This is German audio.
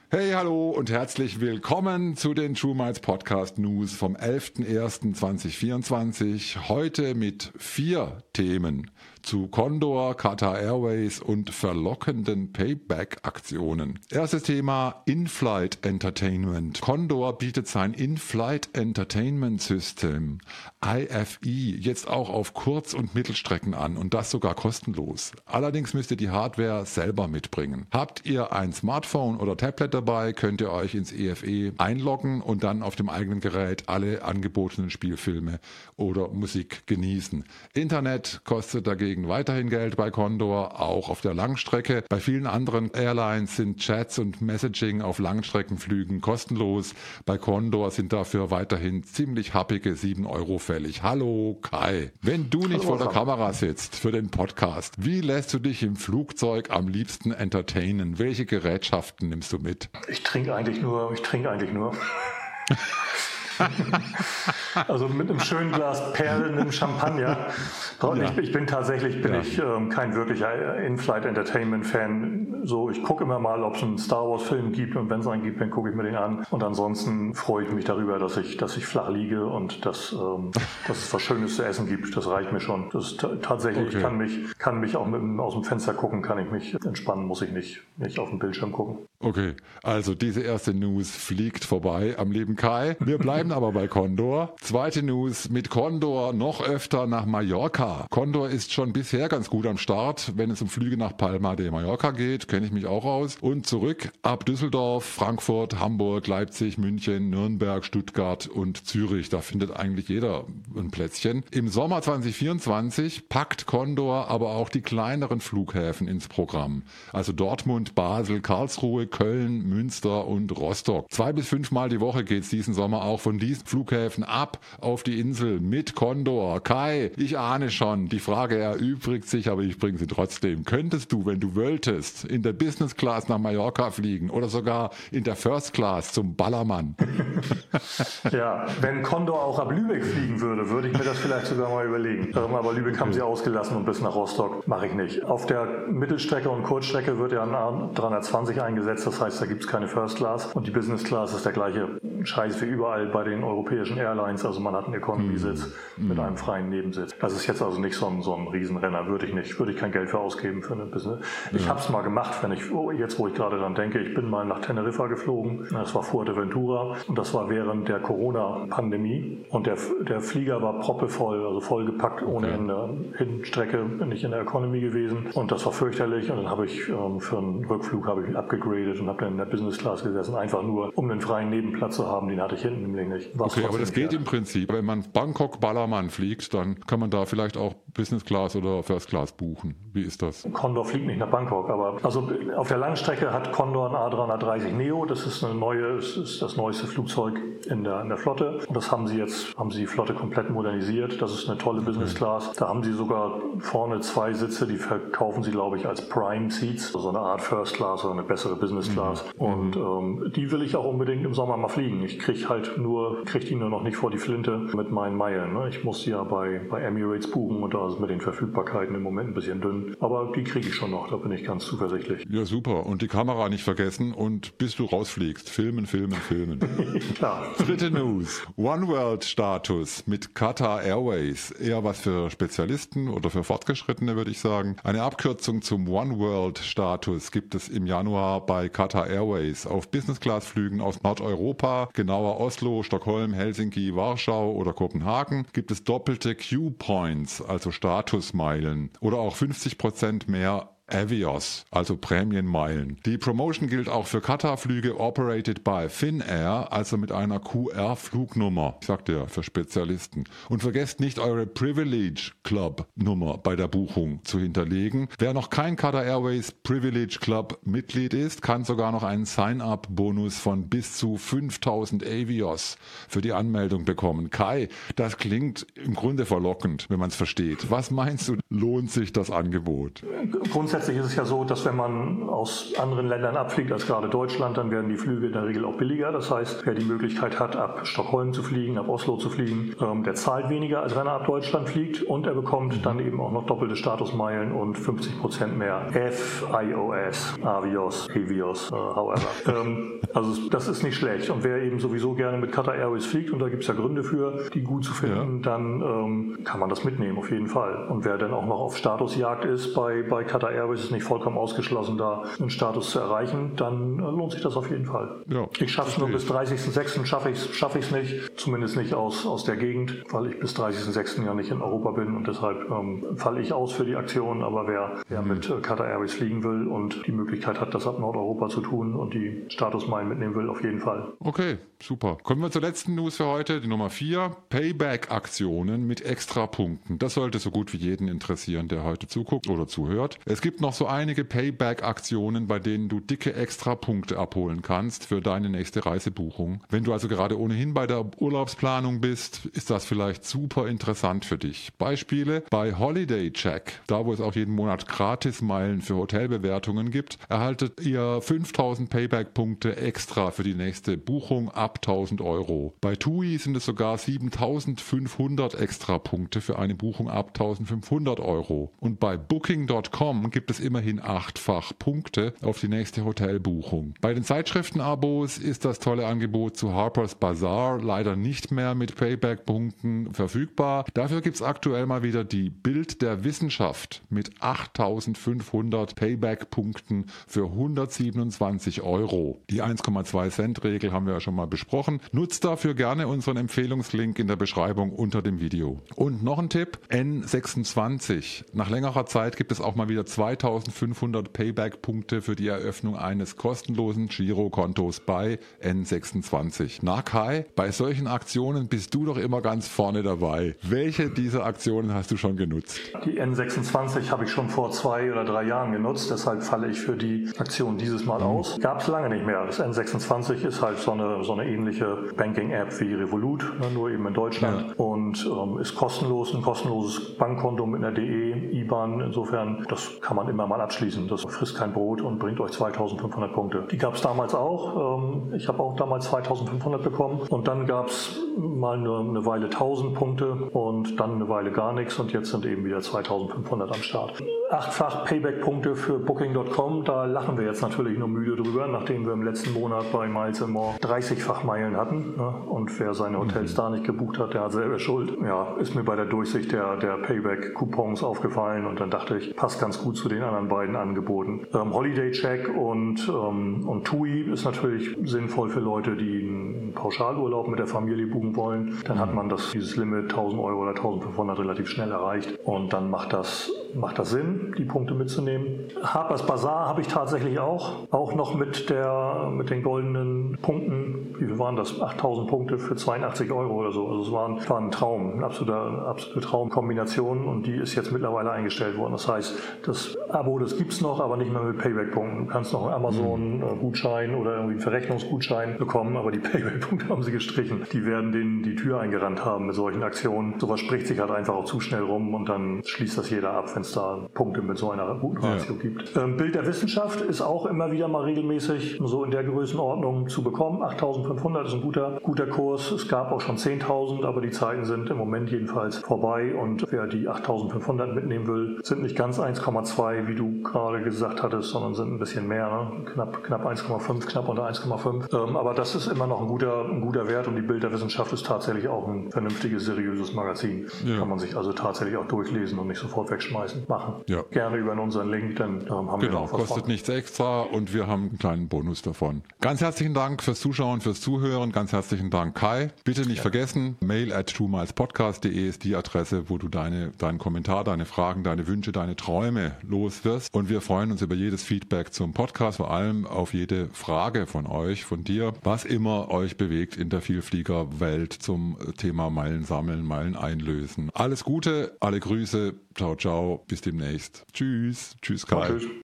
Hey, hallo und herzlich willkommen zu den True Miles Podcast News vom 11.01.2024. Heute mit 4 Themen zu Condor, Qatar Airways und verlockenden Payback-Aktionen. Erstes Thema: In-Flight Entertainment. Condor bietet sein In-Flight Entertainment System IFE jetzt auch auf Kurz- und Mittelstrecken an und das sogar kostenlos. Allerdings müsst ihr die Hardware selber mitbringen. Habt ihr ein Smartphone oder Tablet dabei, könnt ihr euch ins IFE einloggen und dann auf dem eigenen Gerät alle angebotenen Spielfilme oder Musik genießen. Internet kostet dagegen weiterhin Geld bei Condor, auch auf der Langstrecke. Bei vielen anderen Airlines sind Chats und Messaging auf Langstreckenflügen kostenlos. Bei Condor sind dafür weiterhin ziemlich happige 7 Euro fällig. Hallo Kai, wenn du nicht vor der Kamera sitzt für den Podcast, wie lässt du dich im Flugzeug am liebsten entertainen? Welche Gerätschaften nimmst du mit? Ich trinke eigentlich nur. Also mit einem schönen Glas Perlen im Champagner. Ich bin tatsächlich kein wirklicher In-Flight-Entertainment-Fan. So, ich gucke immer mal, ob es einen Star Wars-Film gibt, und wenn es einen gibt, dann gucke ich mir den an. Und ansonsten freue ich mich darüber, dass ich flach liege und dass es was Schönes zu essen gibt. Das reicht mir schon. Das ist tatsächlich, okay. Ich kann mich auch aus dem Fenster gucken, kann ich mich entspannen, muss ich nicht auf den Bildschirm gucken. Okay, also diese erste News fliegt vorbei am lieben Kai. Wir bleiben aber bei Condor. Zweite News: mit Condor noch öfter nach Mallorca. Condor ist schon bisher ganz gut am Start, wenn es um Flüge nach Palma de Mallorca geht, kenne ich mich auch aus. Und zurück ab Düsseldorf, Frankfurt, Hamburg, Leipzig, München, Nürnberg, Stuttgart und Zürich. Da findet eigentlich jeder ein Plätzchen. Im Sommer 2024 packt Condor aber auch die kleineren Flughäfen ins Programm. Also Dortmund, Basel, Karlsruhe, Köln, Münster und Rostock. 2 bis 5 Mal die Woche geht's diesen Sommer auch von diesen Flughäfen ab auf die Insel mit Condor. Kai, ich ahne schon, die Frage erübrigt sich, aber ich bringe sie trotzdem. Könntest du, wenn du wolltest, in der Business Class nach Mallorca fliegen oder sogar in der First Class zum Ballermann? Ja, wenn Condor auch ab Lübeck fliegen würde ich mir das vielleicht sogar mal überlegen. Aber Lübeck haben sie ausgelassen und bis nach Rostock mache ich nicht. Auf der Mittelstrecke und Kurzstrecke wird ja ein A320 eingesetzt, das heißt, da gibt es keine First Class, und die Business Class ist der gleiche Scheiß wie überall bei den europäischen Airlines. Also man hat einen Economy-Sitz mit einem freien Nebensitz. Das ist jetzt also nicht so ein Riesenrenner, würde ich kein Geld für ausgeben für eine Business. Ich habe es mal gemacht, jetzt wo ich gerade dran denke, ich bin mal nach Teneriffa geflogen, das war Fuerteventura, und das war während der Corona-Pandemie, und der Flieger war proppevoll, also vollgepackt ohne Ende. Hinstrecke bin ich in der Economy gewesen und das war fürchterlich, und dann habe ich für einen Rückflug abgegradet und habe dann in der Business Class gesessen, einfach nur um einen freien Nebenplatz zu haben, den hatte ich hinten nämlich nicht. Okay, aber das geht im Prinzip. Wenn man Bangkok-Ballermann fliegt, dann kann man da vielleicht auch Business Class oder First Class buchen. Wie ist das? Condor fliegt nicht nach Bangkok, aber also auf der Langstrecke hat Condor ein A330 Neo. Das ist das neueste Flugzeug in der Flotte. Und das haben sie die Flotte komplett modernisiert. Das ist eine tolle Business Class. Da haben sie sogar vorne 2 Sitze, die verkaufen sie, glaube ich, als Prime Seats. Also eine Art First Class oder eine bessere Business Class. Und die will ich auch unbedingt im Sommer mal fliegen. Ich kriege die nur noch nicht vor die Flinte mit meinen Meilen. Ne? Ich muss die ja bei Emirates buchen, und da ist mit den Verfügbarkeiten im Moment ein bisschen dünn. Aber die kriege ich schon noch, da bin ich ganz zuversichtlich. Ja, super. Und die Kamera nicht vergessen, und bis du rausfliegst, filmen. Klar. Dritte News: One World Status mit Qatar Airways. Eher was für Spezialisten oder für Fortgeschrittene, würde ich sagen. Eine Abkürzung zum One World Status gibt es im Januar bei Qatar Airways. Auf Business-Class-Flügen aus Nordeuropa, genauer Oslo, Stockholm, Helsinki, Warschau oder Kopenhagen, gibt es doppelte Q-Points, also Statusmeilen, oder auch 50% mehr Avios, also Prämienmeilen. Die Promotion gilt auch für Qatar-Flüge operated by Finnair, also mit einer QR-Flugnummer. Ich sagte ja, für Spezialisten. Und vergesst nicht, eure Privilege Club-Nummer bei der Buchung zu hinterlegen. Wer noch kein Qatar Airways Privilege Club Mitglied ist, kann sogar noch einen Sign-up-Bonus von bis zu 5.000 Avios für die Anmeldung bekommen. Kai, das klingt im Grunde verlockend, wenn man es versteht. Was meinst du, lohnt sich das Angebot? Grundsätzlich grundsätzlich ist es ja so, dass wenn man aus anderen Ländern abfliegt als gerade Deutschland, dann werden die Flüge in der Regel auch billiger. Das heißt, wer die Möglichkeit hat, ab Stockholm zu fliegen, ab Oslo zu fliegen, der zahlt weniger, als wenn er ab Deutschland fliegt, und er bekommt dann eben auch noch doppelte Statusmeilen und 50% mehr FIOS, Avios, however. Also das ist nicht schlecht. Und wer eben sowieso gerne mit Qatar Airways fliegt, und da gibt es ja Gründe für, die gut zu finden, dann kann man das mitnehmen, auf jeden Fall. Und wer dann auch noch auf Statusjagd ist, bei Qatar Airways ist nicht vollkommen ausgeschlossen, da einen Status zu erreichen, dann lohnt sich das auf jeden Fall. Ja, ich schaffe es nur bis 30.06. schaffe ich es nicht, zumindest nicht aus der Gegend, weil ich bis 30.06. ja nicht in Europa bin, und deshalb falle ich aus für die Aktion. Aber wer mit Qatar Airways fliegen will und die Möglichkeit hat, das ab Nordeuropa zu tun und die Statusmeilen mitnehmen will, auf jeden Fall. Okay, super. Kommen wir zur letzten News für heute, die Nummer 4. Payback-Aktionen mit Extrapunkten. Das sollte so gut wie jeden interessieren, der heute zuguckt oder zuhört. Es gibt noch so einige Payback-Aktionen, bei denen du dicke Extrapunkte abholen kannst für deine nächste Reisebuchung. Wenn du also gerade ohnehin bei der Urlaubsplanung bist, ist das vielleicht super interessant für dich. Beispiele: bei Holiday Check, da wo es auch jeden Monat Gratismeilen für Hotelbewertungen gibt, erhaltet ihr 5000 Payback-Punkte extra für die nächste Buchung ab 1000 Euro. Bei TUI sind es sogar 7500 Extrapunkte für eine Buchung ab 1500 Euro. Und bei Booking.com gibt es immerhin 8-fach Punkte auf die nächste Hotelbuchung. Bei den Zeitschriftenabos ist das tolle Angebot zu Harper's Bazaar leider nicht mehr mit Payback-Punkten verfügbar. Dafür gibt es aktuell mal wieder die Bild der Wissenschaft mit 8500 Payback-Punkten für 127 Euro. Die 1,2 Cent Regel haben wir ja schon mal besprochen. Nutzt dafür gerne unseren Empfehlungslink in der Beschreibung unter dem Video. Und noch ein Tipp: N26. Nach längerer Zeit gibt es auch mal wieder 2500 Payback-Punkte für die Eröffnung eines kostenlosen Girokontos bei N26. Na Kai, bei solchen Aktionen bist du doch immer ganz vorne dabei. Welche dieser Aktionen hast du schon genutzt? Die N26 habe ich schon vor 2 oder 3 Jahren genutzt, deshalb falle ich für die Aktion dieses Mal aus. Gab es lange nicht mehr. Das N26 ist halt so eine ähnliche Banking-App wie Revolut, nur eben in Deutschland, und ist kostenlos, ein kostenloses Bankkonto mit einer DE, IBAN. Insofern, das kann man immer mal abschließen. Das frisst kein Brot und bringt euch 2500 Punkte. Die gab es damals auch. Ich habe auch damals 2500 bekommen, und dann gab es mal eine Weile 1000 Punkte und dann eine Weile gar nichts, und jetzt sind eben wieder 2500 am Start. 8-fach Payback-Punkte für Booking.com, da lachen wir jetzt natürlich nur müde drüber, nachdem wir im letzten Monat bei Miles & More 30-fach Meilen hatten. Und wer seine Hotels da nicht gebucht hat, der hat selber Schuld. Ja, ist mir bei der Durchsicht der Payback-Coupons aufgefallen, und dann dachte ich, passt ganz gut zu den anderen beiden Angeboten. Holiday Check und TUI ist natürlich sinnvoll für Leute, die einen Pauschalurlaub mit der Familie buchen wollen. Dann hat man dieses Limit 1000 Euro oder 1500 relativ schnell erreicht, und dann macht das Sinn, die Punkte mitzunehmen. Harper's Bazaar habe ich tatsächlich auch noch mit den goldenen Punkten. Wie viel waren das? 8000 Punkte für 82 Euro oder so. Also es war ein Traum, eine absolute Traumkombination, und die ist jetzt mittlerweile eingestellt worden. Das heißt, das Abo, das gibt's noch, aber nicht mehr mit Payback-Punkten. Du kannst noch einen Amazon-Gutschein oder irgendwie einen Verrechnungsgutschein bekommen, aber die Payback-Punkte haben sie gestrichen. Die werden denen die Tür eingerannt haben mit solchen Aktionen. Sowas spricht sich halt einfach auch zu schnell rum, und dann schließt das jeder ab, wenn es da Punkte mit so einer guten Ratio gibt. Bild der Wissenschaft ist auch immer wieder mal regelmäßig so in der Größenordnung zu bekommen. 8500 ist ein guter Kurs. Es gab auch schon 10.000, aber die Zeiten sind im Moment jedenfalls vorbei, und wer die 8500 mitnehmen will, sind nicht ganz 1,2, wie du gerade gesagt hattest, sondern sind ein bisschen mehr, ne? Knapp 1,5, knapp unter 1,5. Aber das ist immer noch ein guter Wert, und die Bild der Wissenschaft ist tatsächlich auch ein vernünftiges, seriöses Magazin. Ja. Kann man sich also tatsächlich auch durchlesen und nicht sofort wegschmeißen. Machen. Ja. Gerne über unseren Link, dann haben wir noch was kostet von. Nichts extra, und wir haben einen kleinen Bonus davon. Ganz herzlichen Dank fürs Zuschauen, fürs Zuhören. Ganz herzlichen Dank, Kai. Bitte nicht vergessen, mail@2milespodcast.de ist die Adresse, wo du deinen Kommentar, deine Fragen, deine Wünsche, deine Träume los wirst. Und wir freuen uns über jedes Feedback zum Podcast, vor allem auf jede Frage von euch, von dir, was immer euch bewegt in der Vielfliegerwelt zum Thema Meilen sammeln, Meilen einlösen. Alles Gute, alle Grüße, ciao, ciao, bis demnächst. Tschüss, Kai. Tschüss.